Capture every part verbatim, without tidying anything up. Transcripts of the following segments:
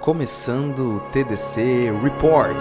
Começando o T D C Report.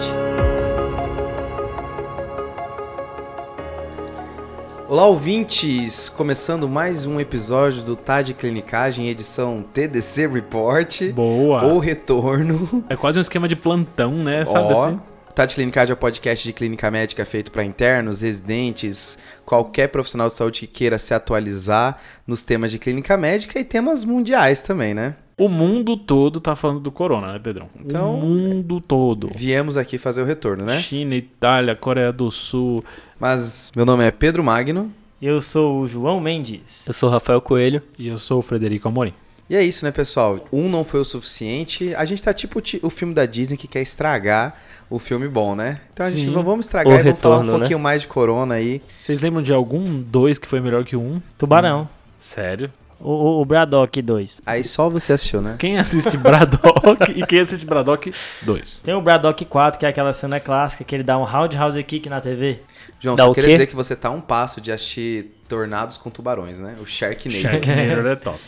Olá, ouvintes! Começando mais um episódio do Tá de Clinicagem, edição T D C Report. Boa! Ou Retorno. É quase um esquema de plantão, né? Sabe Ó, assim? Tá de Clinicagem é o podcast de clínica médica feito para internos, residentes, qualquer profissional de saúde que queira se atualizar nos temas de clínica médica e temas mundiais também, né? O mundo todo tá falando do corona, né, Pedrão? Então, o mundo todo. Viemos aqui fazer o retorno, né? China, Itália, Coreia do Sul. Mas meu nome é Pedro Magno. Eu sou o João Mendes. Eu sou o Rafael Coelho. E eu sou o Frederico Amorim. E é isso, né, pessoal? Um não foi o suficiente. A gente tá tipo o filme da Disney que quer estragar o filme bom, né? Então a gente Sim. não vamos estragar O e vamos retorno, falar um né? pouquinho mais de corona aí. Vocês lembram de algum dois que foi melhor que um? Tubarão. Sério? O, o, o Braddock dois. Aí só você assistiu, né? Quem assiste Braddock e quem assiste Braddock dois? Tem o Braddock quatro, que é aquela cena clássica que ele dá um roundhouse kick na T V. João, Dá só o queria quê? dizer que você tá a um passo de assistir Tornados com Tubarões, né? O Sharknado. Sharknado é top.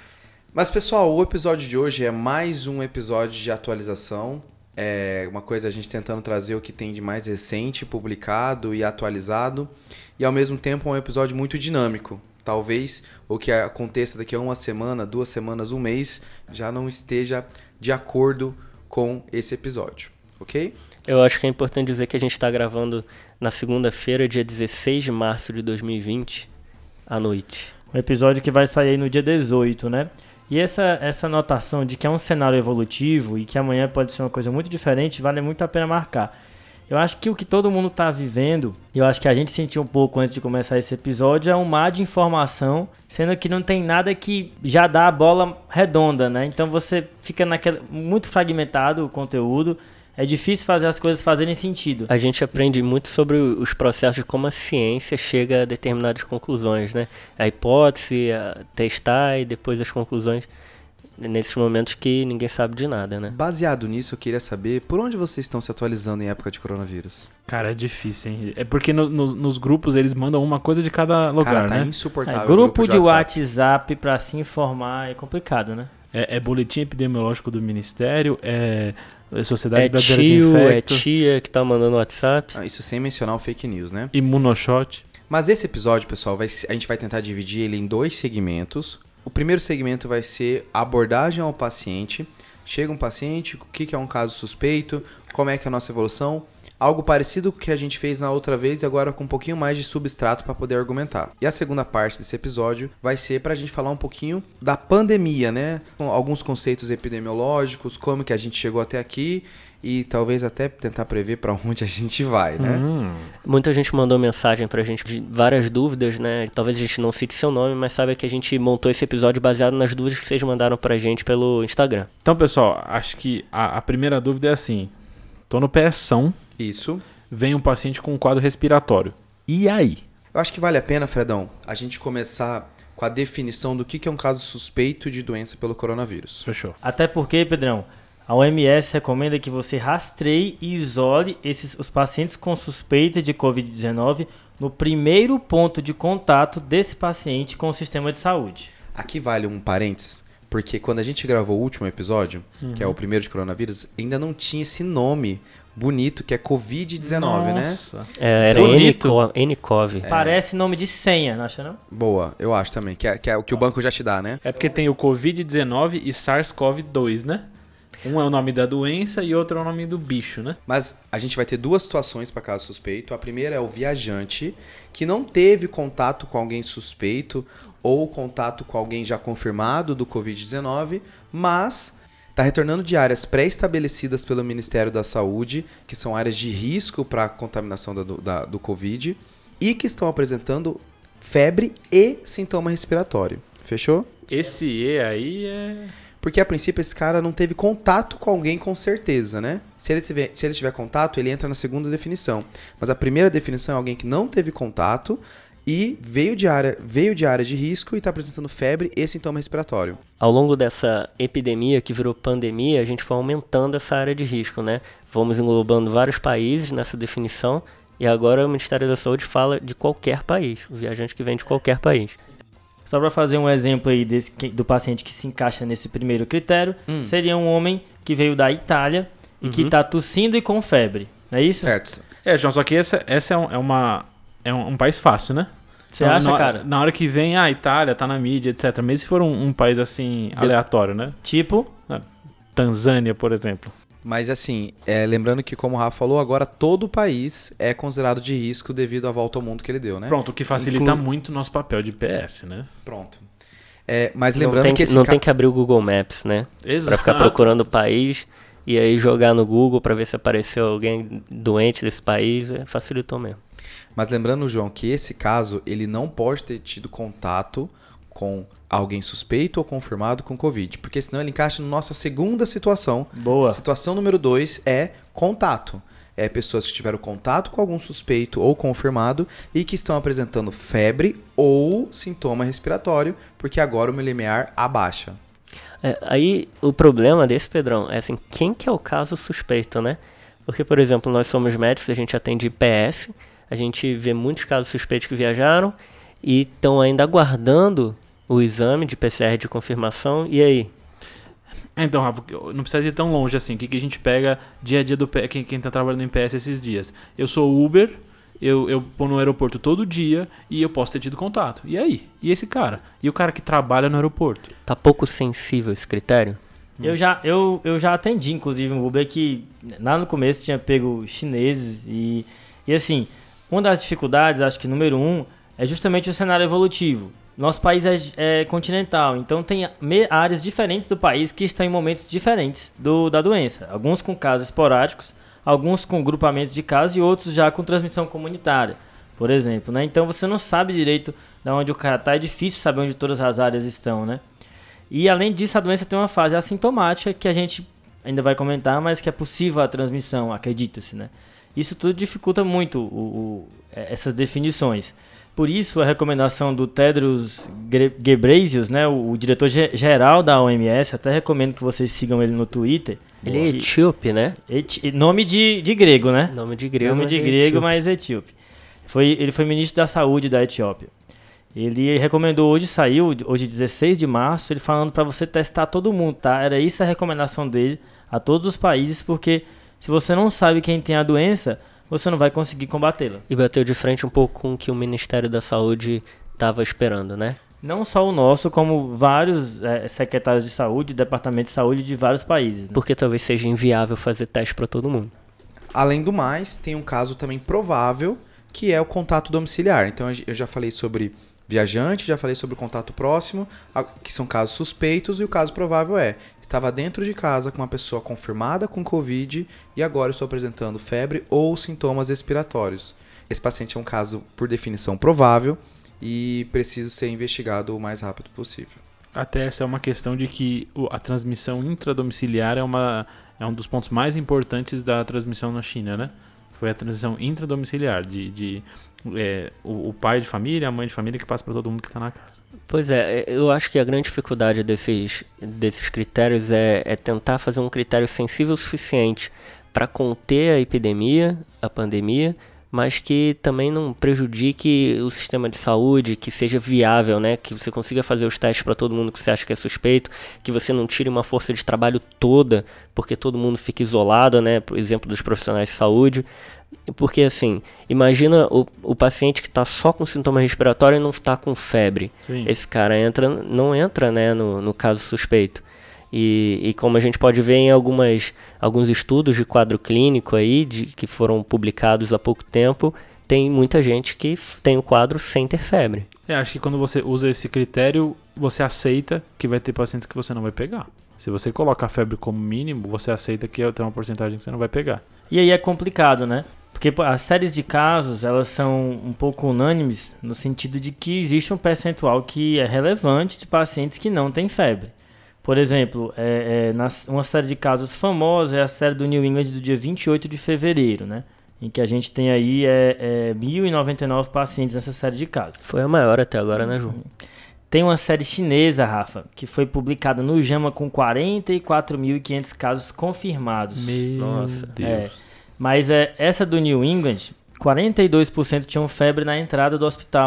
Mas, pessoal, o episódio de hoje é mais um episódio de atualização. É uma coisa a gente tentando trazer o que tem de mais recente, publicado e atualizado. E, ao mesmo tempo, é um episódio muito dinâmico. Talvez o que aconteça daqui a uma semana, duas semanas, um mês, já não esteja de acordo com esse episódio, ok? Eu acho que é importante dizer que a gente está gravando na segunda-feira, dia dezesseis de março de dois mil e vinte, à noite. Um episódio que vai sair aí no dia dezoito, né? E essa, essa notação de que é um cenário evolutivo e que amanhã pode ser uma coisa muito diferente, vale muito a pena marcar. Eu acho que o que todo mundo está vivendo, eu acho que a gente sentiu um pouco antes de começar esse episódio, é um mar de informação, sendo que não tem nada que já dá a bola redonda, né? Então você fica naquela, muito fragmentado o conteúdo, é difícil fazer as coisas fazerem sentido. A gente aprende muito sobre os processos de como a ciência chega a determinadas conclusões, né? A hipótese, a testar e depois as conclusões, nesses momentos que ninguém sabe de nada, né? Baseado nisso, eu queria saber por onde vocês estão se atualizando em época de coronavírus. Cara, é difícil, hein? É porque no- no- nos grupos eles mandam uma coisa de cada lugar, Cara, tá né? insuportável. É, o grupo de WhatsApp. WhatsApp para se informar é complicado, né? É, é boletim epidemiológico do Ministério, é, é Sociedade É Brasileira de tio, é Infecto, tia que tá mandando WhatsApp. Ah, isso sem mencionar o fake news, né? Imunoshot. Mas esse episódio, pessoal, vai, a gente vai tentar dividir ele em dois segmentos. O primeiro segmento vai ser a abordagem ao paciente. Chega um paciente, o que que é um caso suspeito, como é que é a nossa evolução. Algo parecido com o que a gente fez na outra vez e agora com um pouquinho mais de substrato para poder argumentar. E a segunda parte desse episódio vai ser para a gente falar um pouquinho da pandemia, né? Com alguns conceitos epidemiológicos, como que a gente chegou até aqui e talvez até tentar prever para onde a gente vai, né? Hum. Muita gente mandou mensagem pra gente de várias dúvidas, né? Talvez a gente não cite seu nome, mas sabe que a gente montou esse episódio baseado nas dúvidas que vocês mandaram pra gente pelo Instagram. Então, pessoal, acho que a, a primeira dúvida é assim. Tô no P-ção, Isso. vem um paciente com um quadro respiratório. E aí? Eu acho que vale a pena, Fredão, a gente começar com a definição do que que é um caso suspeito de doença pelo coronavírus. Fechou. Até porque, Pedrão, a O M S recomenda que você rastreie e isole esses, os pacientes com suspeita de covid dezenove no primeiro ponto de contato desse paciente com o sistema de saúde. Aqui vale um parênteses, porque quando a gente gravou o último episódio, que é o primeiro de coronavírus, ainda não tinha esse nome bonito que é covid dezenove, né? Nossa. É, era Bonito. N C O V. Parece nome de senha, não acha não? Boa, eu acho também, que é, que é o que o banco já te dá, né? É porque tem o covid dezenove e SARS-CoV dois, né? Um é o nome da doença e outro é o nome do bicho, né? Mas a gente vai ter duas situações para caso suspeito. A primeira é o viajante que não teve contato com alguém suspeito ou contato com alguém já confirmado do covid dezenove, mas está retornando de áreas pré-estabelecidas pelo Ministério da Saúde, que são áreas de risco para a contaminação da, da, do Covid, e que estão apresentando febre e sintoma respiratório. Fechou? Esse E aí é... Porque a princípio esse cara não teve contato com alguém com certeza, né? Se ele tiver, se ele tiver contato, ele entra na segunda definição. Mas a primeira definição é alguém que não teve contato e veio de área, veio de área de risco e está apresentando febre e sintoma respiratório. Ao longo dessa epidemia que virou pandemia, a gente foi aumentando essa área de risco, né? Vamos englobando vários países nessa definição e agora o Ministério da Saúde fala de qualquer país, o viajante que vem de qualquer país. Só para fazer um exemplo aí desse, do paciente que se encaixa nesse primeiro critério, hum. seria um homem que veio da Itália e uhum. que está tossindo e com febre, não é isso? Certo. É, João, só que essa, essa é, um, é, uma, é um, um país fácil, né? Você então, acha, na, cara? Na hora que vem, a ah, Itália tá na mídia, etcétera. Mesmo se for um, um país assim, aleatório, né? Tipo? Tanzânia, por exemplo. Mas assim, é, lembrando que, como o Rafa falou, agora todo o país é considerado de risco devido à volta ao mundo que ele deu, né? Pronto, o que facilita Inclu... muito o nosso papel de P S, né? Pronto. É, mas lembrando não tem, que esse Não ca... tem que abrir o Google Maps, né? Exato. Pra ficar procurando o país e aí jogar no Google pra ver se apareceu alguém doente desse país, é, facilitou mesmo. Mas lembrando, João, que esse caso, ele não pode ter tido contato com alguém suspeito ou confirmado com Covid, porque senão ele encaixa na nossa segunda situação. Boa. Situação número dois é contato. É pessoas que tiveram contato com algum suspeito ou confirmado e que estão apresentando febre ou sintoma respiratório, porque agora o milimiar abaixa. É, aí o problema desse, Pedrão, é assim, quem que é o caso suspeito, né? Porque, por exemplo, nós somos médicos, a gente atende I P S, a gente vê muitos casos suspeitos que viajaram e estão ainda aguardando o exame de P C R de confirmação, e aí? Então, Rafa, não precisa ir tão longe assim. O que, que a gente pega dia a dia do P S, quem, quem tá trabalhando em P S esses dias? Eu sou Uber, eu, eu vou no aeroporto todo dia e eu posso ter tido contato. E aí? E esse cara? E o cara que trabalha no aeroporto? Tá pouco sensível esse critério? Eu já, eu, eu já atendi, inclusive, um Uber que lá no começo tinha pego chineses e, e assim, uma das dificuldades, acho que número um, é justamente o cenário evolutivo. Nosso país é, é continental, então tem me, áreas diferentes do país que estão em momentos diferentes do, da doença. Alguns com casos esporádicos, alguns com grupamentos de casos e outros já com transmissão comunitária, por exemplo, né? Então você não sabe direito de onde o cara está, é difícil saber onde todas as áreas estão, né? E além disso, a doença tem uma fase assintomática que a gente ainda vai comentar, mas que é possível a transmissão, acredita-se, né? Isso tudo dificulta muito o, o, essas definições. Por isso, a recomendação do Tedros Ghebreyesus, né, o, o diretor-geral da O M S, até recomendo que vocês sigam ele no Twitter. Ele é etíope, né? Eti, nome de, de grego, né? Nome de grego, nome mas de é grego, etíope. mas etíope. Foi, ele foi ministro da Saúde da Etiópia. Ele recomendou, hoje saiu, hoje dezesseis de março, ele falando para você testar todo mundo, tá? Era isso a recomendação dele a todos os países, porque se você não sabe quem tem a doença, você não vai conseguir combatê-la. E bateu de frente um pouco com o que o Ministério da Saúde estava esperando, né? Não só o nosso, como vários é, secretários de saúde, departamentos de saúde de vários países. Né? Porque talvez seja inviável fazer teste para todo mundo. Além do mais, tem um caso também provável, que é o contato domiciliar. Então eu já falei sobre viajante, já falei sobre o contato próximo, que são casos suspeitos, e o caso provável é: estava dentro de casa com uma pessoa confirmada com Covid e agora estou apresentando febre ou sintomas respiratórios. Esse paciente é um caso, por definição, provável e precisa ser investigado o mais rápido possível. Até essa é uma questão de que a transmissão intradomiciliar é, uma, é um dos pontos mais importantes da transmissão na China, né? Foi a transmissão intradomiciliar, de, de é, o, o pai de família, a mãe de família que passa para todo mundo que está na casa. Pois é, eu acho que a grande dificuldade desses, desses critérios é, é tentar fazer um critério sensível o suficiente para conter a epidemia, a pandemia, mas que também não prejudique o sistema de saúde, que seja viável, né? Que você consiga fazer os testes para todo mundo que você acha que é suspeito, que você não tire uma força de trabalho toda, porque todo mundo fica isolado, né? Por exemplo, dos profissionais de saúde. Porque assim, imagina o, o paciente que está só com sintoma respiratório e não está com febre. Sim. Esse cara entra, não entra, né, no, no caso suspeito. E, e como a gente pode ver em algumas, alguns estudos de quadro clínico aí, de, que foram publicados há pouco tempo, tem muita gente que tem o quadro sem ter febre. É, acho que quando você usa esse critério, você aceita que vai ter pacientes que você não vai pegar. Se você coloca a febre como mínimo, você aceita que tem uma porcentagem que você não vai pegar. E aí é complicado, né? Porque as séries de casos, elas são um pouco unânimes no sentido de que existe um percentual que é relevante de pacientes que não têm febre. Por exemplo, é, é, nas, uma série de casos famosa é a série do New England do dia vinte e oito de fevereiro, né? Em que a gente tem aí é, é, mil e noventa e nove pacientes nessa série de casos. Foi a maior até agora, né, João? Tem uma série chinesa, Rafa, que foi publicada no JAMA com quarenta e quatro mil e quinhentos casos confirmados. Meu Nossa, Deus. É, mas é, essa do New England, quarenta e dois por cento tinham febre na entrada do hospital.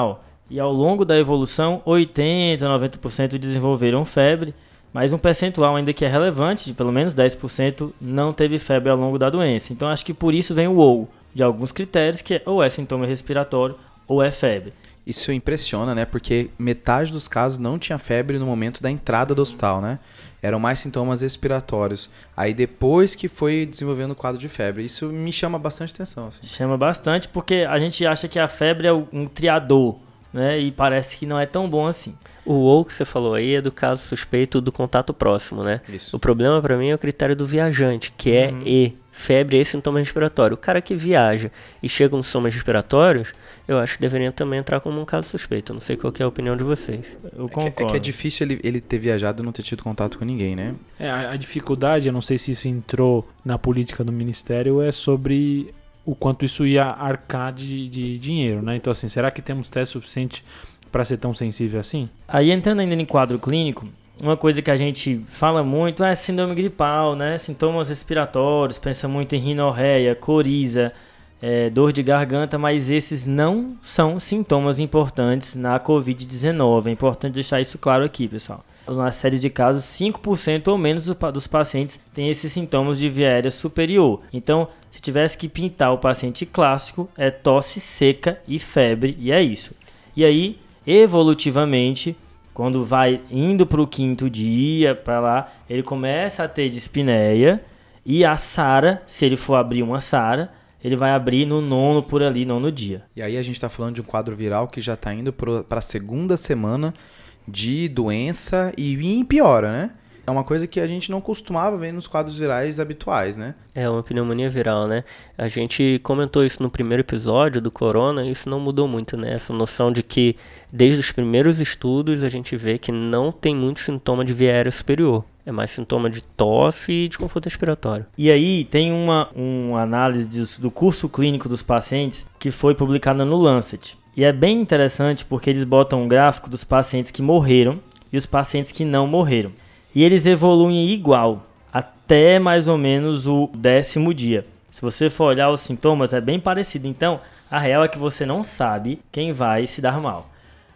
E ao longo da evolução, oitenta, noventa por cento desenvolveram febre, mas um percentual ainda que é relevante, de pelo menos dez por cento, não teve febre ao longo da doença. Então acho que por isso vem o ou de alguns critérios, que é ou é sintoma respiratório ou é febre. Isso impressiona, né? Porque metade dos casos não tinha febre no momento da entrada do hospital, né? Eram mais sintomas respiratórios. Aí depois que foi desenvolvendo o quadro de febre. Isso me chama bastante atenção. Assim. Chama bastante porque a gente acha que a febre é um triador, né? E parece que não é tão bom assim. O ou que você falou aí é do caso suspeito do contato próximo, né? Isso. O problema para mim é o critério do viajante, que é Uhum. E, febre e sintoma respiratório. O cara que viaja e chega com sintomas respiratórios, eu acho que deveria também entrar como um caso suspeito. Eu não sei qual que é a opinião de vocês. Eu É que, concordo. é que é difícil ele, ele ter viajado e não ter tido contato com ninguém, né? É, a, a dificuldade, eu não sei se isso entrou na política do Ministério, é sobre o quanto isso ia arcar de, de dinheiro, né? Então, assim, será que temos teste suficiente para ser tão sensível assim? Aí entrando ainda em quadro clínico, uma coisa que a gente fala muito é síndrome gripal, né? Sintomas respiratórios, pensa muito em rinorreia, coriza, é, dor de garganta, mas esses não são sintomas importantes na covid dezenove. É importante deixar isso claro aqui, pessoal. Na série de casos, cinco por cento ou menos dos pacientes têm esses sintomas de via aérea superior. Então, se tivesse que pintar o paciente clássico, é tosse seca e febre, e é isso. E aí, evolutivamente, quando vai indo para o quinto dia, para lá, ele começa a ter dispneia e a SARA, se ele for abrir uma SARA, ele vai abrir no nono por ali, nono dia. E aí a gente está falando de um quadro viral que já está indo para a segunda semana de doença e piora, né? É uma coisa que a gente não costumava ver nos quadros virais habituais, né? É uma pneumonia viral, né? A gente comentou isso no primeiro episódio do Corona e isso não mudou muito, né? Essa noção de que desde os primeiros estudos a gente vê que não tem muito sintoma de via aérea superior. É mais sintoma de tosse e desconforto respiratório. E aí tem uma, uma análise disso, do curso clínico dos pacientes que foi publicada no Lancet. E é bem interessante porque eles botam um gráfico dos pacientes que morreram e os pacientes que não morreram. E eles evoluem igual, até mais ou menos o décimo dia. Se você for olhar os sintomas, é bem parecido. Então, a real é que você não sabe quem vai se dar mal.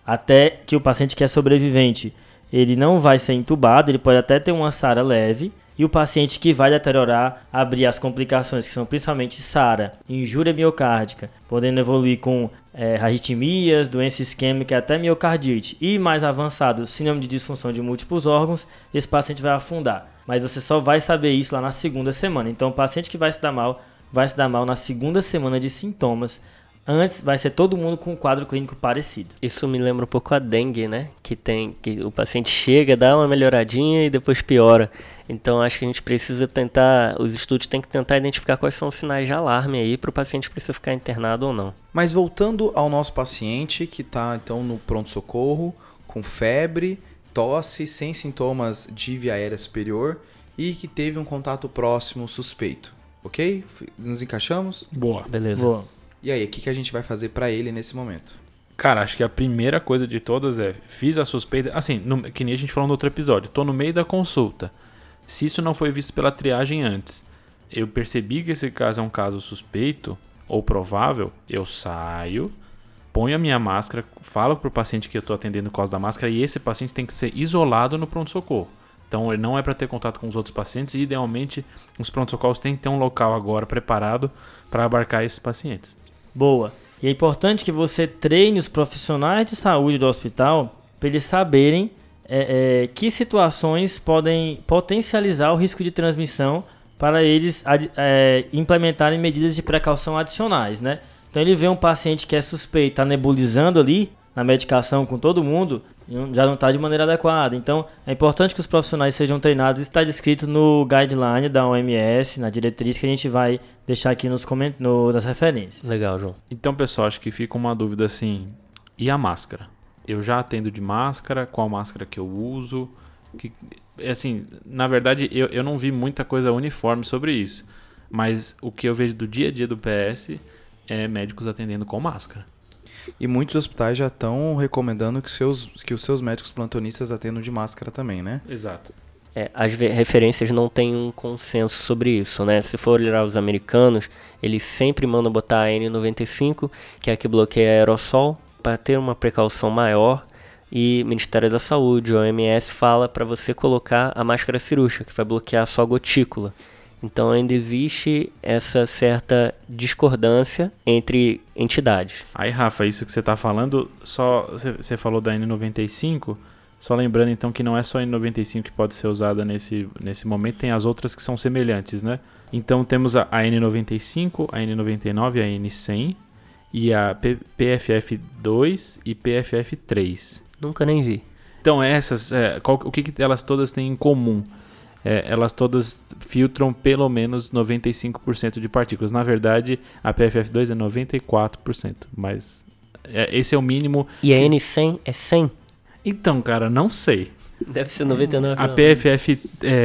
Até que o paciente que é sobrevivente, ele não vai ser entubado, ele pode até ter uma SARA leve. E o paciente que vai deteriorar, abrir as complicações, que são principalmente SARA, injúria miocárdica, podendo evoluir com é, arritmias, doença isquêmica e até miocardite. E mais avançado, síndrome de disfunção de múltiplos órgãos, esse paciente vai afundar. Mas você só vai saber isso lá na segunda semana. Então o paciente que vai se dar mal, vai se dar mal na segunda semana de sintomas. Antes vai ser todo mundo com um quadro clínico parecido. Isso me lembra um pouco a dengue, né? Que tem que o paciente chega, dá uma melhoradinha e depois piora. Então acho que a gente precisa tentar, os estudos têm que tentar identificar quais são os sinais de alarme aí para o paciente precisar ficar internado ou não. Mas voltando ao nosso paciente que está então no pronto-socorro, com febre, tosse, sem sintomas de via aérea superior e que teve um contato próximo suspeito, ok? Nos encaixamos? Boa. Beleza. Boa. E aí, o que, que a gente vai fazer para ele nesse momento? Cara, acho que a primeira coisa de todas é, fiz a suspeita, assim, no, que nem a gente falou no outro episódio, tô no meio da consulta. Se isso não foi visto pela triagem antes, eu percebi que esse caso é um caso suspeito ou provável, eu saio, ponho a minha máscara, falo pro paciente que eu tô atendendo por causa da máscara e esse paciente tem que ser isolado no pronto-socorro. Então, ele não é para ter contato com os outros pacientes e, idealmente, os pronto-socorros têm que ter um local agora preparado para abarcar esses pacientes. Boa. E é importante que você treine os profissionais de saúde do hospital para eles saberem é, é, que situações podem potencializar o risco de transmissão para eles é, implementarem medidas de precaução adicionais, né? Então ele vê um paciente que é suspeito, está nebulizando ali na medicação com todo mundo, já não está de maneira adequada. Então é importante que os profissionais sejam treinados. Isso está descrito no guideline da O M S, na diretriz que a gente vai deixar aqui nos coment... no, nas referências. Legal, João. Então, pessoal, acho que fica uma dúvida assim, e a máscara? Eu já atendo de máscara, qual máscara que eu uso? Que, assim, na verdade, eu, eu não vi muita coisa uniforme sobre isso, mas o que eu vejo do dia a dia do P S é médicos atendendo com máscara. E muitos hospitais já estão recomendando que, seus, que os seus médicos plantonistas atendam de máscara também, né? Exato. É, as referências não têm um consenso sobre isso, né? Se for olhar os americanos, eles sempre mandam botar a N noventa e cinco, que é a que bloqueia aerossol. O para ter uma precaução maior, e o Ministério da Saúde, o O M S, fala para você colocar a máscara cirúrgica, que vai bloquear a sua gotícula. Então ainda existe essa certa discordância entre entidades. Aí, Rafa, isso que você está falando, só você falou da N noventa e cinco, só lembrando então que não é só a N noventa e cinco que pode ser usada nesse, nesse momento, tem as outras que são semelhantes, né? Então temos a, a N noventa e cinco, a N noventa e nove, a N cem e a P F F dois e P F F três. Nunca nem vi. Então essas, é, qual, o que, que elas todas têm em comum? É, elas todas filtram pelo menos noventa e cinco por cento de partículas. Na verdade, a P F F dois é noventa e quatro por cento, mas é, esse é o mínimo. E a que... N cem é cem? Então, cara, não sei. Deve ser noventa e nove. A P F F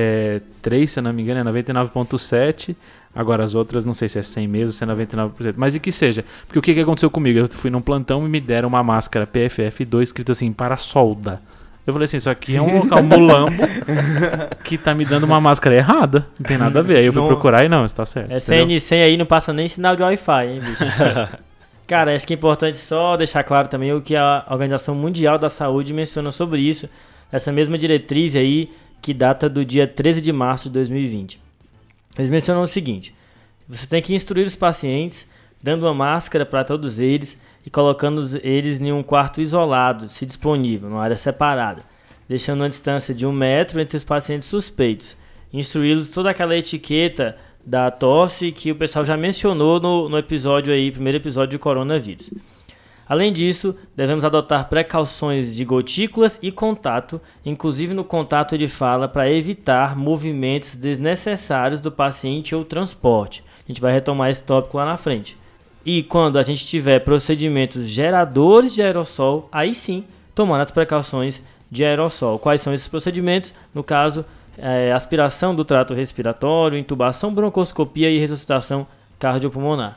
três, se eu não me engano, é noventa e nove vírgula sete. Agora as outras, não sei se é cem mesmo, se é noventa e nove por cento. Mas e que seja. Porque o que, que aconteceu comigo? Eu fui num plantão e me deram uma máscara P F F dois escrito assim, para solda. Eu falei assim, isso aqui é um local mulambo que tá me dando uma máscara errada. Não tem nada a ver. Aí eu fui não, procurar e não, isso tá certo. Essa N cem aí não passa nem sinal de Wi-Fi, hein, bicho? Cara, acho que é importante só deixar claro também o que a Organização Mundial da Saúde menciona sobre isso. Essa mesma diretriz aí, que data do dia treze de março de dois mil e vinte. Eles mencionam o seguinte: você tem que instruir os pacientes, dando uma máscara para todos eles e colocando eles em um quarto isolado, se disponível, numa área separada, deixando uma distância de um metro entre os pacientes suspeitos. Instruí-los toda aquela etiqueta da tosse que o pessoal já mencionou no, no episódio aí, primeiro episódio de coronavírus. Além disso, devemos adotar precauções de gotículas e contato, inclusive no contato de fala, para evitar movimentos desnecessários do paciente ou transporte. A gente vai retomar esse tópico lá na frente. E quando a gente tiver procedimentos geradores de aerossol, aí sim, tomar as precauções de aerossol. Quais são esses procedimentos? No caso, é, aspiração do trato respiratório, intubação, broncoscopia e ressuscitação cardiopulmonar.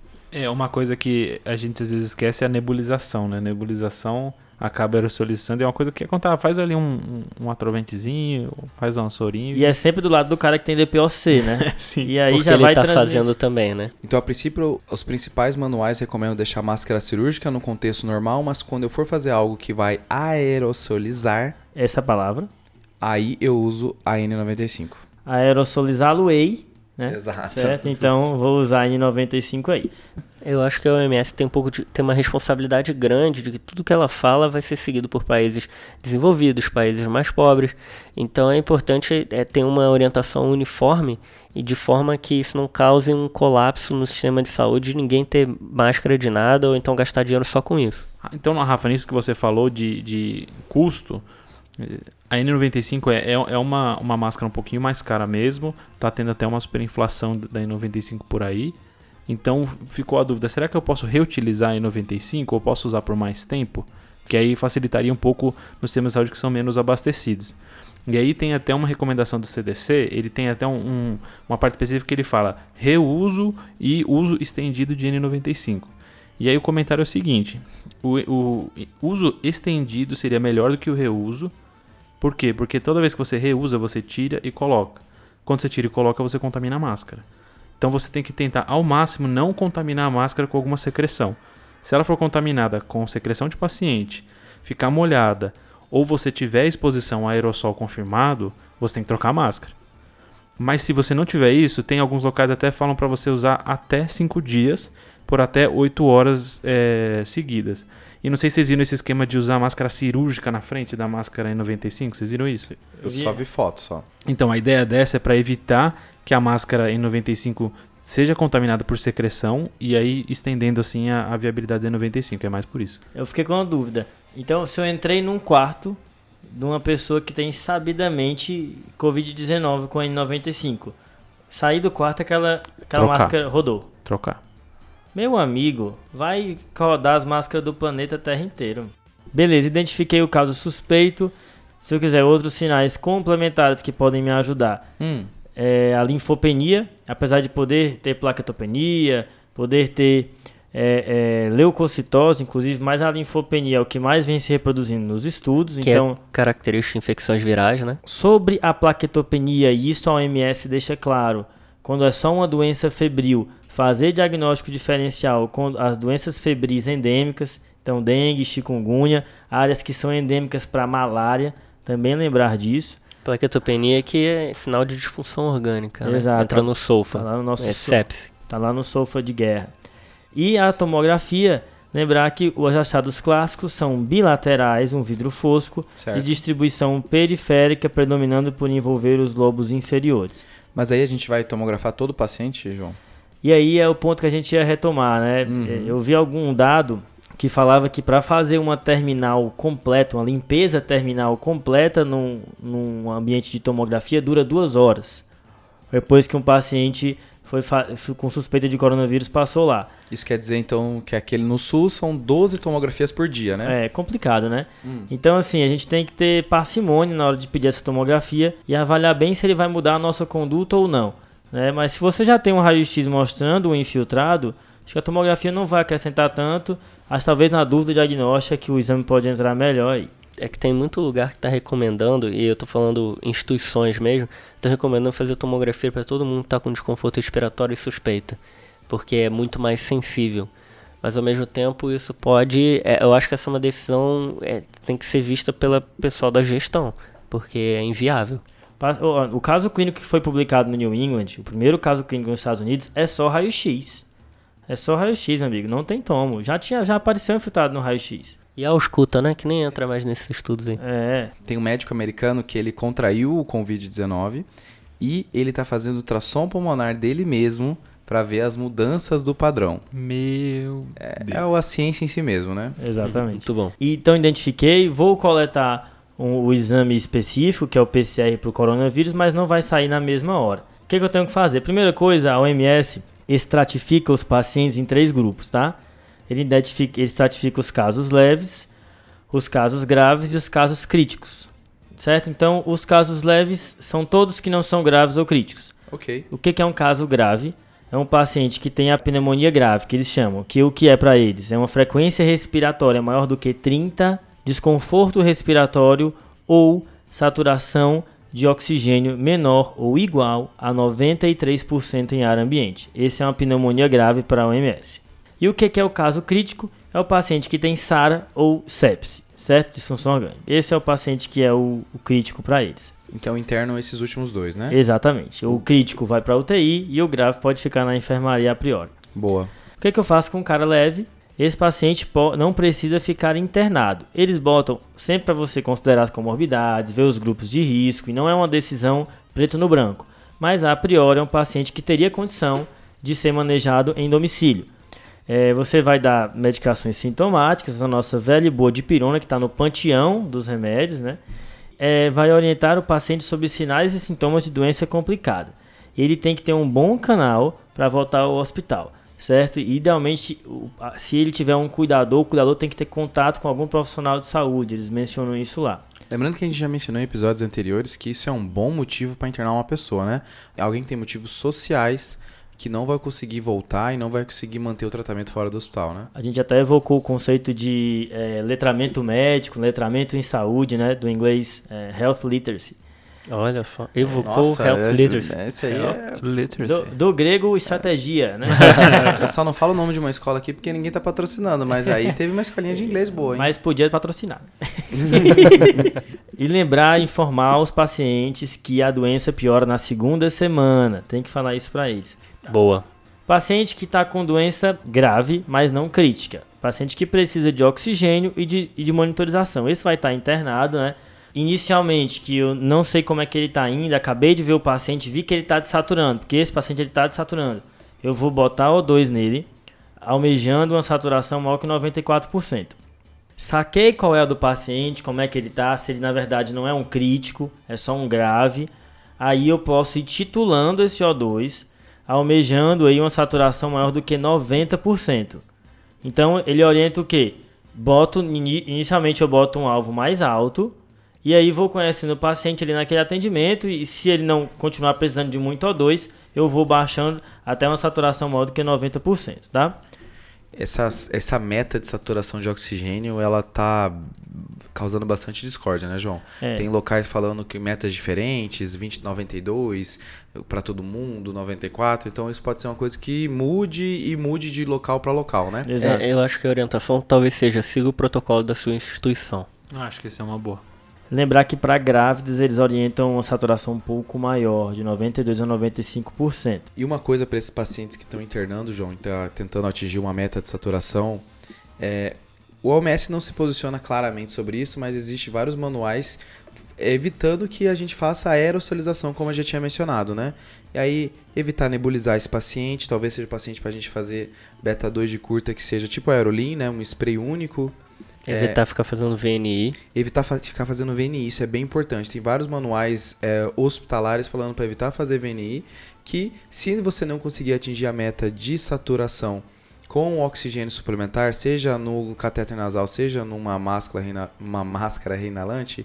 É, uma coisa que a gente às vezes esquece é a nebulização, né? Nebulização acaba aerosolizando, é uma coisa que acontece, faz ali um, um, um atroventezinho, faz um sorinho. E é sempre do lado do cara que tem D P O C, né? Sim. E aí porque já ele vai tá transmitir. fazendo também, né? Então, a princípio, os principais manuais recomendam deixar a máscara cirúrgica no contexto normal, mas quando eu for fazer algo que vai aerosolizar, essa palavra, aí eu uso a N noventa e cinco. Aerosolizá-lo-ei, né? Exato. Certo? Então, vou usar a N noventa e cinco aí. Eu acho que a O M S tem um pouco de, tem uma responsabilidade grande de que tudo que ela fala vai ser seguido por países desenvolvidos, países mais pobres. Então é importante é, ter uma orientação uniforme e de forma que isso não cause um colapso no sistema de saúde, ninguém ter máscara de nada ou então gastar dinheiro só com isso. Então, Rafa, nisso que você falou de, de custo, a N noventa e cinco é, é, é uma, uma máscara um pouquinho mais cara mesmo, tá tendo até uma superinflação da N noventa e cinco por aí. Então ficou a dúvida, será que eu posso reutilizar a N noventa e cinco ou posso usar por mais tempo? Que aí facilitaria um pouco nos sistemas de saúde que são menos abastecidos. E aí tem até uma recomendação do C D C, ele tem até um, um, uma parte específica que ele fala reuso e uso estendido de N noventa e cinco. E aí o comentário é o seguinte, o, o uso estendido seria melhor do que o reuso. Por quê? Porque toda vez que você reusa, você tira e coloca. Quando você tira e coloca, você contamina a máscara. Então você tem que tentar ao máximo não contaminar a máscara com alguma secreção. Se ela for contaminada com secreção de paciente, ficar molhada, ou você tiver exposição a aerossol confirmado, você tem que trocar a máscara. Mas se você não tiver isso, tem alguns locais até falam para você usar até cinco dias por até oito horas é, seguidas. E não sei se vocês viram esse esquema de usar a máscara cirúrgica na frente da máscara N noventa e cinco, vocês viram isso? Eu só vi foto, só. Então, a ideia dessa é para evitar que a máscara N noventa e cinco seja contaminada por secreção e aí estendendo assim a, a viabilidade da N noventa e cinco, é mais por isso. Eu fiquei com uma dúvida. Então, se eu entrei num quarto de uma pessoa que tem sabidamente covid dezenove com a N noventa e cinco, saí do quarto, aquela, aquela máscara rodou. Trocar. Meu amigo, vai rodar as máscaras do planeta Terra inteiro. Beleza, identifiquei o caso suspeito. Se eu quiser outros sinais complementares que podem me ajudar. Hum. É a linfopenia, apesar de poder ter plaquetopenia, poder ter é, é, leucocitose, inclusive, mas a linfopenia é o que mais vem se reproduzindo nos estudos. Que então, é característica de infecções virais, né? Sobre a plaquetopenia, e isso a O M S deixa claro, quando é só uma doença febril, fazer diagnóstico diferencial com as doenças febris endêmicas. Então, dengue, chikungunya, áreas que são endêmicas para malária, também lembrar disso. Plaquetopenia que é sinal de disfunção orgânica, né? Exato. Entra no SOFA, Tá lá no nosso é so- sepse. Tá lá no SOFA de guerra. E a tomografia, lembrar que os achados clássicos são bilaterais, um vidro fosco, Certo. de distribuição periférica, predominando por envolver os lobos inferiores. Mas aí a gente vai tomografar todo o paciente, João? E aí é o ponto que a gente ia retomar, né? Uhum. Eu vi algum dado que falava que para fazer uma terminal completa, uma limpeza terminal completa num, num ambiente de tomografia dura duas horas. Depois que um paciente foi fa- com suspeita de coronavírus passou lá. Isso quer dizer, então, que aquele no SUS são doze tomografias por dia, né? É complicado, né? Hum. Então, assim, a gente tem que ter parcimônia na hora de pedir essa tomografia e avaliar bem se ele vai mudar a nossa conduta ou não, né? Mas se você já tem um raio-x mostrando o infiltrado, acho que a tomografia não vai acrescentar tanto. Acho talvez na dúvida diagnóstica que o exame pode entrar melhor aí. É que tem muito lugar que está recomendando, e eu estou falando instituições mesmo, estão recomendando fazer tomografia para todo mundo que está com desconforto respiratório e suspeita, porque é muito mais sensível. Mas ao mesmo tempo isso pode, é, eu acho que essa é uma decisão, é, tem que ser vista pelo pessoal da gestão, porque é inviável. Pa- O o caso clínico que foi publicado no New England, o primeiro caso clínico nos Estados Unidos, é só raio-x. É só raio-x, meu amigo, não tem tomo. Já, tinha, já apareceu infiltrado no raio-x. E a ausculta, né, que nem entra mais nesses estudos aí. É, Tem um médico americano que ele contraiu o covid dezenove e ele tá fazendo ultrassom pulmonar dele mesmo para ver as mudanças do padrão. Meu É, Deus. é a ciência em si mesmo, né? exatamente. Muito bom. E, então identifiquei, vou coletar um- o exame específico, que é o P C R para o coronavírus, mas não vai sair na mesma hora. O que, que eu tenho que fazer? Primeira coisa, a O M S estratifica os pacientes em três grupos, tá? Ele, identifica, ele estratifica os casos leves, os casos graves e os casos críticos, certo? Então, os casos leves são todos que não são graves ou críticos. Ok. O que, que é um caso grave? É um paciente que tem a pneumonia grave, que eles chamam, que o que é para eles? É uma frequência respiratória maior do que trinta, desconforto respiratório ou saturação de oxigênio menor ou igual a noventa e três por cento em ar ambiente. Esse é uma pneumonia grave para a O M S. E o que, que é o caso crítico? É o paciente que tem SARA ou sepse, certo? Disfunção orgânica. Esse é o paciente que é o, o crítico para eles. Então internam esses últimos dois, né? Exatamente. O crítico vai para a U T I e o grave pode ficar na enfermaria a priori. Boa. O que, que eu faço com um cara leve? Esse paciente po- não precisa ficar internado. Eles botam sempre para você considerar as comorbidades, ver os grupos de risco, e não é uma decisão preto no branco. Mas a priori é um paciente que teria condição de ser manejado em domicílio. É, você vai dar medicações sintomáticas, a nossa velha e boa dipirona, que está no panteão dos remédios, né? É, vai orientar o paciente sobre sinais e sintomas de doença complicada. Ele tem que ter um bom canal para voltar ao hospital, certo? E, idealmente, o- a- se ele tiver um cuidador, o cuidador tem que ter contato com algum profissional de saúde. Eles mencionam isso lá. Lembrando que a gente já mencionou em episódios anteriores que isso é um bom motivo para internar uma pessoa, né? Alguém que tem motivos sociais que não vai conseguir voltar e não vai conseguir manter o tratamento fora do hospital, né? A gente até evocou o conceito de é, letramento médico, letramento em saúde, né? Do inglês é, Health Literacy. Olha só, evocou Nossa, Health é- Literacy. Esse aí é... Literacy. Do, do grego, estratégia, né? Eu só não falo o nome de uma escola aqui porque ninguém tá patrocinando, mas aí teve uma escolinha de inglês boa, hein? Mas podia patrocinar. E lembrar, informar os pacientes que a doença piora na segunda semana. Tem que falar isso para eles. Boa. Paciente que está com doença grave, mas não crítica. Paciente que precisa de oxigênio e de, e de monitorização. Esse vai estar internado, né? Inicialmente, que eu não sei como é que ele está ainda, acabei de ver o paciente, vi que ele está desaturando, porque esse paciente ele está desaturando. Eu vou botar O dois nele, almejando uma saturação maior que noventa e quatro por cento. Saquei qual é a do paciente, como é que ele está, se ele na verdade não é um crítico, é só um grave. Aí eu posso ir titulando esse O dois, almejando aí uma saturação maior do que noventa por cento. Então ele orienta o quê? Boto, inicialmente eu boto um alvo mais alto, e aí vou conhecendo o paciente ali naquele atendimento, e se ele não continuar precisando de muito O dois, eu vou baixando até uma saturação maior do que noventa por cento, tá? essa, essa meta de saturação de oxigênio, ela tá causando bastante discórdia, né, João? É. Tem locais falando que metas diferentes, vinte, noventa e dois para todo mundo, noventa e quatro, então isso pode ser uma coisa que mude e mude de local para local, né? Exato. É, eu acho que a orientação talvez seja siga o protocolo da sua instituição. Eu acho que isso é uma boa. Lembrar que para grávidas eles orientam uma saturação um pouco maior, de noventa e dois a noventa e cinco por cento. E uma coisa para esses pacientes que estão internando, João, e tá tentando atingir uma meta de saturação, é, o O M S não se posiciona claramente sobre isso, mas existem vários manuais evitando que a gente faça aerosolização, como eu já tinha mencionado, né? E aí, evitar nebulizar esse paciente, talvez seja paciente para a gente fazer beta dois de curta, que seja tipo aerolim, né? Um spray único. Evitar É, ficar fazendo V N I. evitar fa- ficar fazendo V N I, isso é bem importante. Tem vários manuais é, hospitalares falando para evitar fazer V N I, que se você não conseguir atingir a meta de saturação com oxigênio suplementar, seja no catéter nasal, seja numa máscara, reina- uma máscara reinalante,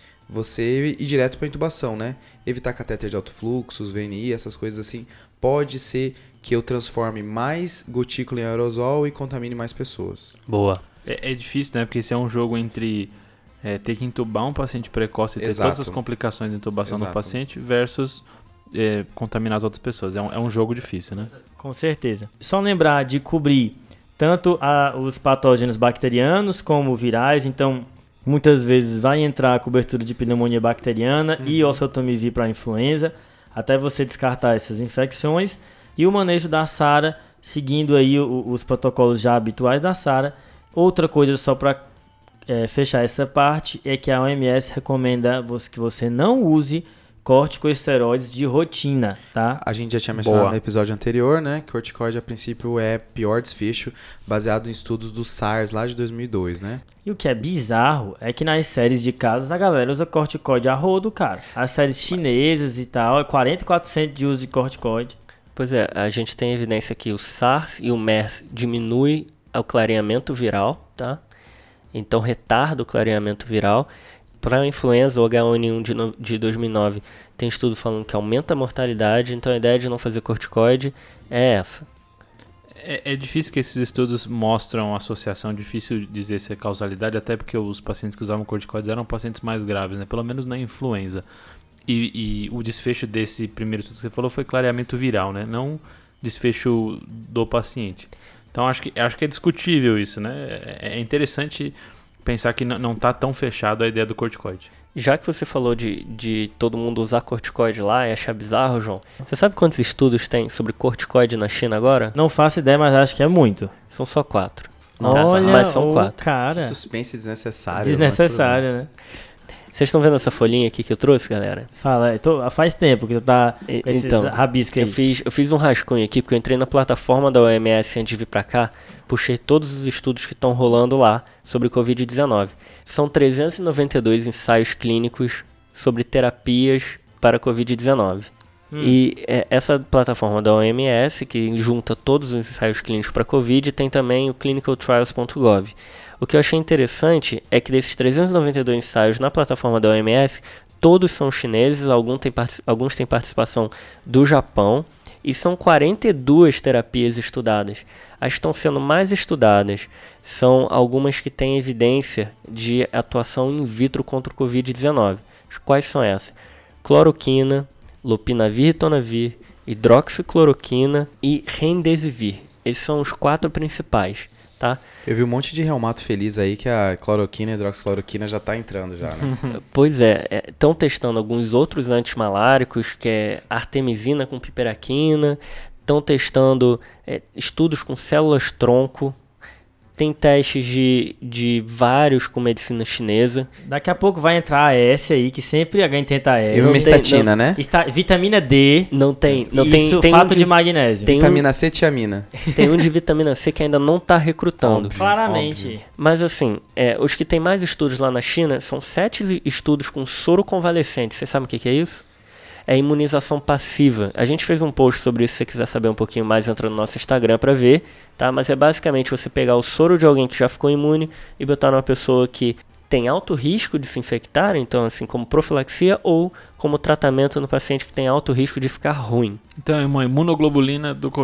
você ir direto para intubação, né? Evitar catéter de alto fluxo, V N I, essas coisas assim. Pode ser que eu transforme mais gotícula em aerosol e contamine mais pessoas. Boa. É, é difícil, né? Porque esse é um jogo entre é, ter que intubar um paciente precoce e ter Exato. todas as complicações de intubação Exato. do paciente versus é, contaminar as outras pessoas. É um, é um jogo difícil, né? Com certeza. Só lembrar de cobrir tanto a, os patógenos bacterianos como virais, então muitas vezes vai entrar a cobertura de pneumonia bacteriana Uhum. e oseltamivir para influenza, até você descartar essas infecções, e o manejo da SARA, seguindo aí o, os protocolos já habituais da SARA. Outra coisa só para é, fechar essa parte é que a O M S recomenda você, que você não use corticosteroides de rotina, tá? A gente já tinha mencionado Boa. no episódio anterior, né, que corticoide a princípio é pior desfecho, baseado em estudos do SARS lá de dois mil e dois, né? E o que é bizarro é que nas séries de casos a galera usa corticoide a rodo, cara. As séries chinesas e tal, é quarenta e quatro por cento de uso de corticoide. Pois é, a gente tem evidência que o SARS e o MERS diminui o clareamento viral, tá? Então retarda o clareamento viral. Para a influenza, o H um N um de, no, de dois mil e nove, tem estudo falando que aumenta a mortalidade, então a ideia de não fazer corticoide é essa. É, é difícil que esses estudos mostram associação, difícil dizer se é causalidade, até porque os pacientes que usavam corticoides eram pacientes mais graves, né? Pelo menos na influenza. E, e o desfecho desse primeiro estudo que você falou foi clareamento viral, né? Não desfecho do paciente. Então acho que, acho que é discutível isso, né? É, é interessante pensar que n- não está tão fechado a ideia do corticoide. Já que você falou de, de todo mundo usar corticoide lá e achar bizarro, João, você sabe quantos estudos tem sobre corticoide na China agora? Não faço ideia, mas acho que é muito. São só quatro. Nossa, Olha, mas são o quatro. cara, Suspense desnecessário. desnecessário, né? Vocês estão vendo essa folhinha aqui que eu trouxe, galera? Fala, eu tô- faz tempo que tu tá E- com esses então, rabiscos aí. Eu fiz, eu fiz um rascunho aqui porque eu entrei na plataforma da O M S antes de vir pra cá, puxei todos os estudos que estão rolando lá sobre covid dezenove. São trezentos e noventa e dois ensaios clínicos sobre terapias para covid dezenove. Hum. E é, essa plataforma da O M S, que junta todos os ensaios clínicos para Covid, tem também o clinical trials ponto gov. O que eu achei interessante é que desses trezentos e noventa e dois ensaios na plataforma da O M S, todos são chineses, algum tem parti- alguns têm participação do Japão, e são quarenta e duas terapias estudadas. As que estão sendo mais estudadas são algumas que têm evidência de atuação in vitro contra o covid dezenove. Quais são essas? Cloroquina, lopinavir, ritonavir, hidroxicloroquina e remdesivir. Esses são os quatro principais, tá? Eu vi um monte de reumato feliz aí que a cloroquina e a hidroxicloroquina já tá entrando já, né? Pois é, estão testando alguns outros antimaláricos, que é artemisina com piperaquina, estão testando é, estudos com células-tronco, tem testes de, de vários com medicina chinesa. Daqui a pouco vai entrar a S aí, que sempre alguém tenta a E S. uma tem- estatina, né? Está, vitamina D Não tem, não e tem, tem, um sulfato de, de magnésio. tem, um, Vitamina C, tiamina. tem um de vitamina C que ainda não está recrutando. Óbvio. Claramente. Óbvio. Mas assim, é, os que tem mais estudos lá na China são sete estudos com soro convalescente. Vocês sabem o que, que é isso? É imunização passiva. A gente fez um post sobre isso, se você quiser saber um pouquinho mais, entra no nosso Instagram para ver, tá? Mas é basicamente você pegar o soro de alguém que já ficou imune e botar numa pessoa que tem alto risco de se infectar, então assim, como profilaxia ou como tratamento no paciente que tem alto risco de ficar ruim. Então é uma imunoglobulina do Covid.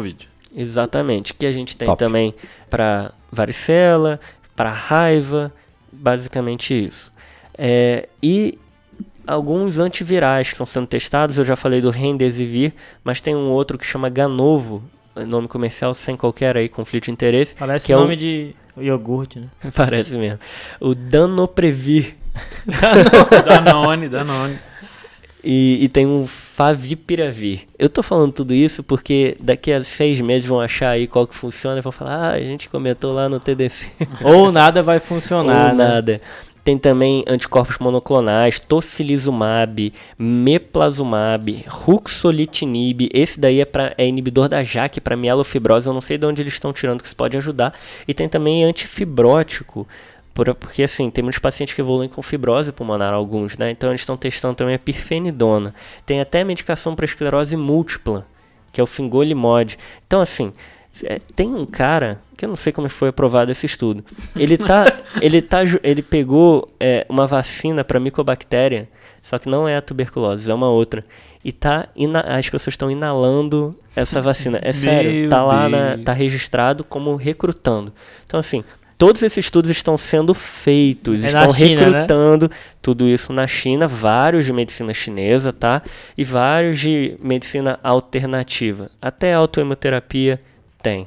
Exatamente, que a gente tem Top. também para varicela, para raiva, basicamente isso. É, e alguns antivirais que estão sendo testados, eu já falei do Remdesivir, mas tem um outro que chama Ganovo, nome comercial sem qualquer aí conflito de interesse. Parece que o é nome de iogurte, né? Parece mesmo. O Danoprevir. Danone, Danone. E, e tem um Favipiravir. Eu tô falando tudo isso porque daqui a seis meses vão achar aí qual que funciona e vão falar, ah, a gente comentou lá no T D C. Ou nada vai funcionar, Ou né? nada. Tem também anticorpos monoclonais, tocilizumab, meplazumab, ruxolitinib. Esse daí é, pra, é inibidor da J A K para mielofibrose. Eu não sei de onde eles estão tirando que isso pode ajudar. E tem também antifibrótico. Porque assim, tem muitos pacientes que evoluem com fibrose pulmonar, alguns, né? Então eles estão testando também a pirfenidona. Tem até medicação para esclerose múltipla, que é o fingolimod. Então assim, é, tem um cara, que eu não sei como foi aprovado esse estudo. Ele, tá, ele, tá, ele pegou é, uma vacina para micobactéria, só que não é a tuberculose, é uma outra. E tá ina- as pessoas estão inalando essa vacina. É sério, Meu tá lá, na, Deus. tá registrado como recrutando. Então assim... Todos esses estudos estão sendo feitos, É estão na China, recrutando tudo isso na China, vários de medicina chinesa, tá? E vários de medicina alternativa. Até autohemoterapia tem.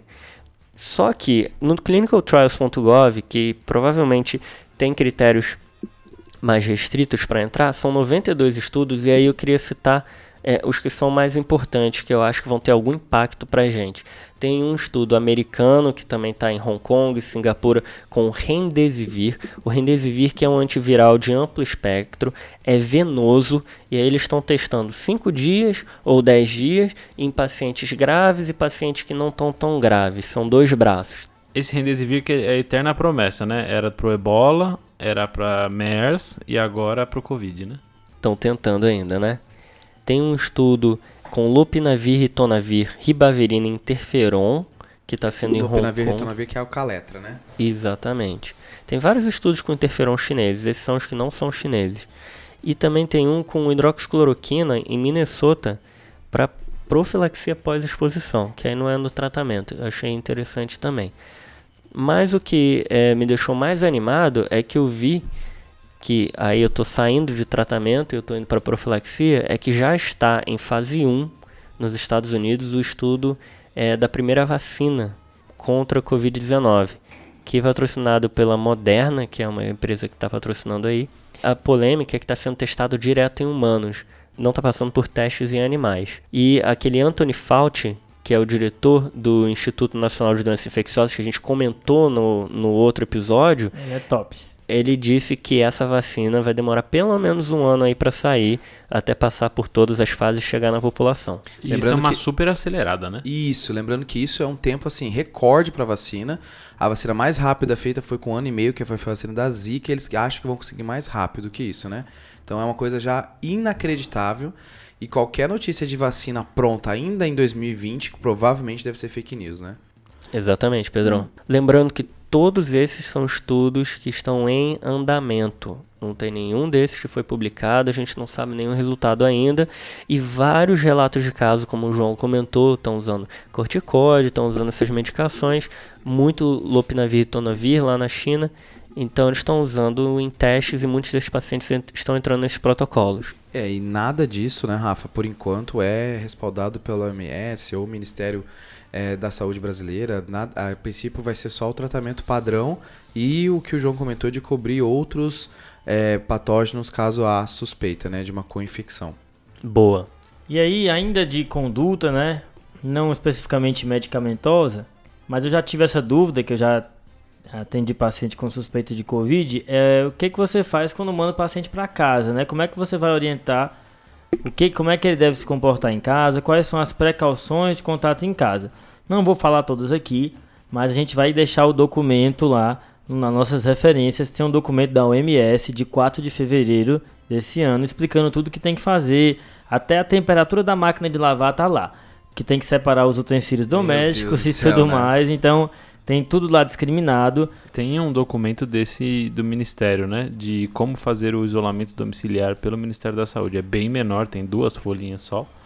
Só que no clinical trials ponto gov, que provavelmente tem critérios mais restritos para entrar, são noventa e dois estudos, e aí eu queria citar é, os que são mais importantes, que eu acho que vão ter algum impacto para a gente. Tem um estudo americano que também está em Hong Kong e Singapura com o Remdesivir. O Remdesivir, que é um antiviral de amplo espectro, é venoso, e aí eles estão testando cinco dias ou dez dias em pacientes graves e pacientes que não estão tão graves. São dois braços. Esse Remdesivir que é a eterna promessa, né? Era pro Ebola, era pra MERS e agora pro Covid, né? Estão tentando ainda, né? Tem um estudo com lopinavir, ritonavir, ribavirina e interferon, que está sendo em Hong Lopinavir, Kong. ritonavir, que é o Caletra, né? Exatamente. Tem vários estudos com interferon chineses, esses são os que não são chineses. E também tem um com hidroxicloroquina em Minnesota para profilaxia pós-exposição, que aí não é no tratamento. Eu achei interessante também. Mas o que é, me deixou mais animado é que eu vi que aí eu estou saindo de tratamento e eu estou indo para profilaxia, é que já está em fase um nos Estados Unidos o estudo é, da primeira vacina contra a covid dezenove, que é patrocinado pela Moderna, que é uma empresa que está patrocinando aí. A polêmica é que está sendo testado direto em humanos, não está passando por testes em animais. E aquele Anthony Fauci, que é o diretor do Instituto Nacional de Doenças Infecciosas, que a gente comentou no, no outro episódio, Ele é top. ele disse que essa vacina vai demorar pelo menos um ano aí para sair, até passar por todas as fases e chegar na população. E Lembrando isso é uma que- super acelerada, né? Isso, lembrando que isso é um tempo assim recorde para vacina. A vacina mais rápida feita foi com um ano e meio, que foi a vacina da Zika. Eles acham que vão conseguir mais rápido que isso, né? Então é uma coisa já inacreditável. E qualquer notícia de vacina pronta ainda em dois mil e vinte provavelmente deve ser fake news, né? Exatamente, Pedrão. Lembrando que todos esses são estudos que estão em andamento. Não tem nenhum desses que foi publicado, a gente não sabe nenhum resultado ainda. E vários relatos de caso, como o João comentou, estão usando corticóide, estão usando essas medicações, muito lopinavir e ritonavir lá na China. Então eles estão usando em testes e muitos desses pacientes ent- estão entrando nesses protocolos. É, e nada disso, né, Rafa, por enquanto é respaldado pelo O M S ou Ministério é, da Saúde Brasileira. Nada, a princípio vai ser só o tratamento padrão e o que o João comentou de cobrir outros é, patógenos caso há suspeita, né, de uma co-infecção. Boa. E aí, ainda de conduta, né? Não especificamente medicamentosa, mas eu já tive essa dúvida, que eu já atendi paciente com suspeita de Covid, é o que, que você faz quando manda o paciente para casa, né? Como é que você vai orientar, o que, como é que ele deve se comportar em casa, quais são as precauções de contato em casa. Não vou falar todas aqui, mas a gente vai deixar o documento lá nas nossas referências. Tem um documento da O M S de quatro de fevereiro desse ano, explicando tudo que tem que fazer, até a temperatura da máquina de lavar tá lá, que tem que separar os utensílios domésticos Deus do e céu, tudo né? mais, então tem tudo lá discriminado. Tem um documento desse do Ministério, né? De como fazer o isolamento domiciliar pelo Ministério da Saúde. É bem menor, tem duas folhinhas só.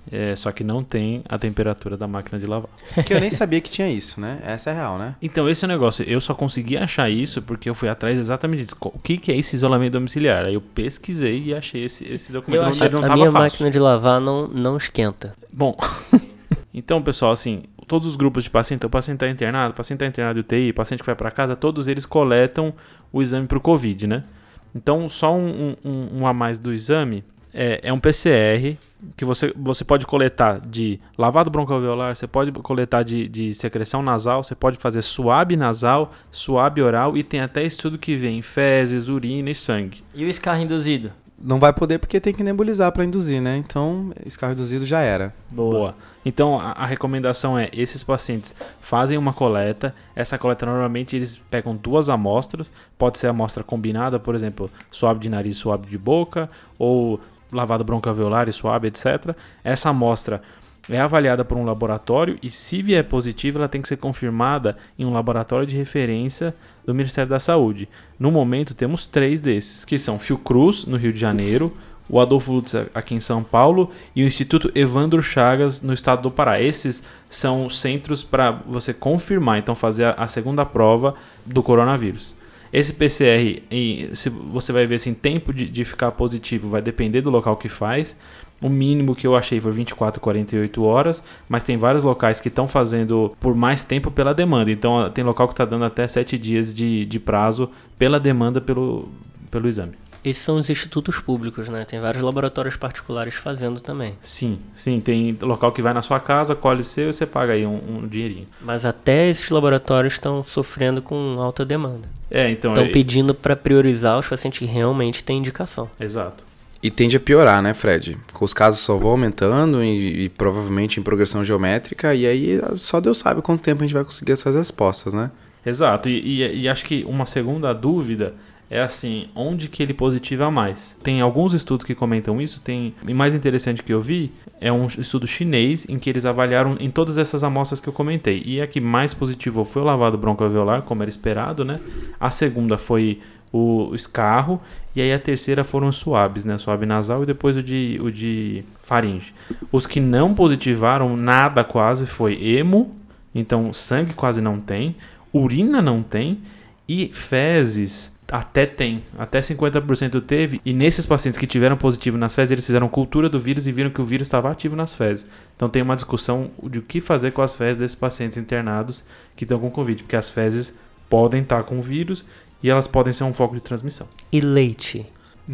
É, só que não tem a temperatura da máquina de lavar. Que eu nem sabia que tinha isso, né? Essa é a real, né? Então, esse é o negócio. Eu só consegui achar isso porque eu fui atrás exatamente disso. O que, que é esse isolamento domiciliar? Aí eu pesquisei e achei esse, esse documento. Eu Não, achei- não A tava minha fácil. máquina de lavar não, não esquenta. Bom, então, pessoal, assim, todos os grupos de paciente, o paciente está internado, o paciente está internado de U T I, o paciente que vai para casa, todos eles coletam o exame para o Covid, né? Então, só um, um, um a mais do exame é, é um P C R que você, você pode coletar de lavado broncoalveolar, você pode coletar de, de secreção nasal, você pode fazer suave nasal, suave oral e tem até estudo que vem em fezes, urina e sangue. E o escarro induzido? Não vai poder porque tem que nebulizar para induzir, né? Então, esse carro induzido já era. Boa. Boa. Então, a, a recomendação é, esses pacientes fazem uma coleta, essa coleta normalmente eles pegam duas amostras, pode ser amostra combinada, por exemplo, suave de nariz, suave de boca, ou lavado broncoalveolar e suave, etcétera. Essa amostra é avaliada por um laboratório e, se vier positiva, ela tem que ser confirmada em um laboratório de referência do Ministério da Saúde. No momento, temos três desses, que são Fiocruz, no Rio de Janeiro, o Adolfo Lutz aqui em São Paulo e o Instituto Evandro Chagas no estado do Pará. Esses são centros para você confirmar, então fazer a, a segunda prova do coronavírus. Esse P C R, em, se você vai ver assim, tempo de, de ficar positivo vai depender do local que faz. O mínimo que eu achei foi vinte e quatro, quarenta e oito horas, mas tem vários locais que estão fazendo por mais tempo pela demanda. Então tem local que está dando até sete dias de, de prazo pela demanda pelo, pelo exame. Esses são os institutos públicos, né? Tem vários laboratórios particulares fazendo também. Sim, sim, tem local que vai na sua casa, colhe seu e você paga aí um, um dinheirinho. Mas até esses laboratórios estão sofrendo com alta demanda. É, então... Estão é, pedindo para priorizar os pacientes que realmente têm indicação. Exato. E tende a piorar, né, Fred? Os casos só vão aumentando e, e provavelmente em progressão geométrica, e aí só Deus sabe quanto tempo a gente vai conseguir essas respostas, né? Exato, e, e, e acho que uma segunda dúvida é assim, onde que ele positiva mais? Tem alguns estudos que comentam isso, tem, e mais interessante que eu vi é um estudo chinês em que eles avaliaram em todas essas amostras que eu comentei, e a que mais positivou foi o lavado broncoalveolar, como era esperado, né? A segunda foi o escarro, e aí a terceira foram os suaves, né? Suave nasal e depois o de, o de faringe. Os que não positivaram nada quase foi hemo, então sangue quase não tem, urina não tem, e fezes até tem, até cinquenta por cento teve, e nesses pacientes que tiveram positivo nas fezes, eles fizeram cultura do vírus e viram que o vírus estava ativo nas fezes. Então tem uma discussão de o que fazer com as fezes desses pacientes internados que estão com Covid, porque as fezes podem estar com o vírus e elas podem ser um foco de transmissão. E leite?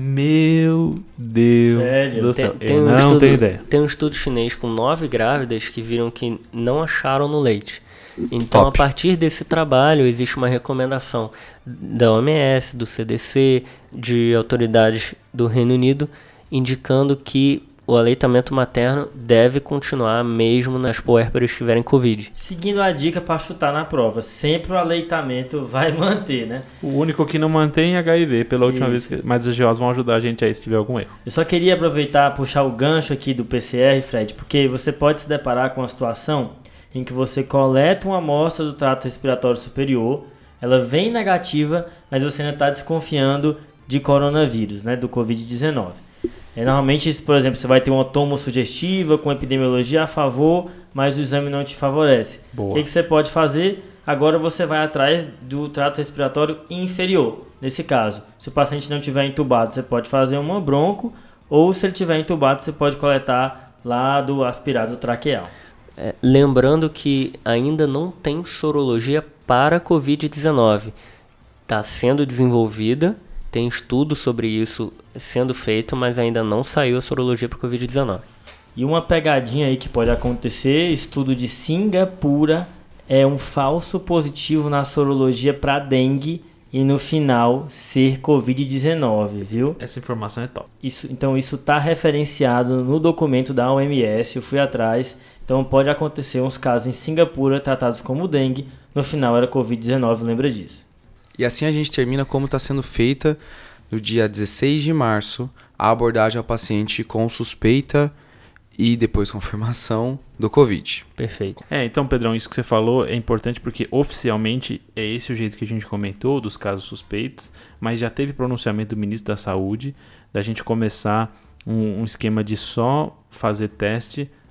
Meu Deus Sério? do céu, Tem, tem eu um não estudo, tenho ideia. Tem um estudo chinês com nove grávidas que viram que não acharam no leite. Então, Top. a partir desse trabalho, existe uma recomendação da O M S, do C D C, de autoridades do Reino Unido, indicando que o aleitamento materno deve continuar mesmo nas puérperas que tiverem Covid. Seguindo a dica para chutar na prova, sempre o aleitamento vai manter, né? O único que não mantém é H I V, pela última Isso. vez, que, mas os G Os vão ajudar a gente aí se tiver algum erro. Eu só queria aproveitar, puxar o gancho aqui do P C R, Fred, porque você pode se deparar com uma situação em que você coleta uma amostra do trato respiratório superior, ela vem negativa, mas você ainda está desconfiando de coronavírus, né, do covid dezenove. É, normalmente, por exemplo, você vai ter uma tomo sugestiva com epidemiologia a favor, mas o exame não te favorece. Boa. O que, que você pode fazer? Agora você vai atrás do trato respiratório inferior. Nesse caso, se o paciente não estiver entubado, você pode fazer uma bronco, ou se ele estiver entubado, você pode coletar lá do aspirado traqueal. É, lembrando que ainda não tem sorologia para covid dezenove. Está sendo desenvolvida, tem estudo sobre isso sendo feito, mas ainda não saiu a sorologia para covid dezenove. E uma pegadinha aí que pode acontecer, estudo de Singapura, é um falso positivo na sorologia para dengue e no final ser covid dezenove, viu? Essa informação é top. Isso, então isso está referenciado no documento da O M S, eu fui atrás. Então pode acontecer uns casos em Singapura tratados como dengue, no final era covid dezenove, lembra disso. E assim a gente termina como está sendo feita no dia dezesseis de março a abordagem ao paciente com suspeita e depois confirmação do Covid. Perfeito. É, então, Pedrão, isso que você falou é importante porque oficialmente é esse o jeito que a gente comentou dos casos suspeitos, mas já teve pronunciamento do ministro da Saúde da gente começar um, um esquema de só fazer teste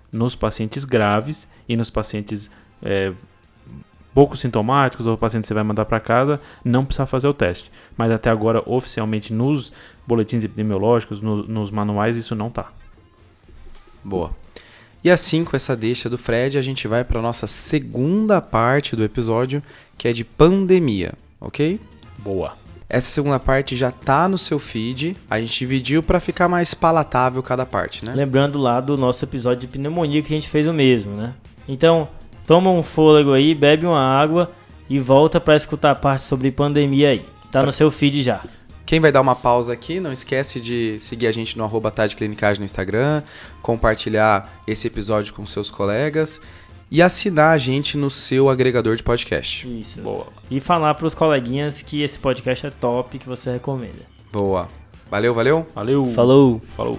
nos pacientes graves e nos pacientes é, pouco sintomáticos ou pacientes que você vai mandar para casa, não precisa fazer o teste. Mas até agora, oficialmente, nos boletins epidemiológicos, no, nos manuais, isso não tá. Boa. E assim, com essa deixa do Fred, a gente vai para nossa segunda parte do episódio, que é de pandemia, ok? Boa. Essa segunda parte já tá no seu feed, a gente dividiu para ficar mais palatável cada parte, né? Lembrando lá do nosso episódio de pneumonia que a gente fez o mesmo, né? Então, toma um fôlego aí, bebe uma água e volta para escutar a parte sobre pandemia aí. Tá no seu feed já. Quem vai dar uma pausa aqui, não esquece de seguir a gente no arroba tadeclinicagem no Instagram, compartilhar esse episódio com seus colegas e assinar a gente no seu agregador de podcast. Isso. Boa. E falar pros coleguinhas que esse podcast é top, que você recomenda. Boa. Valeu, valeu? Valeu. Falou. Falou.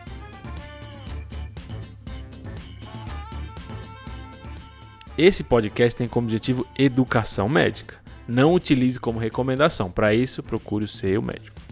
Esse podcast tem como objetivo educação médica. Não utilize como recomendação. Para isso, procure o seu médico.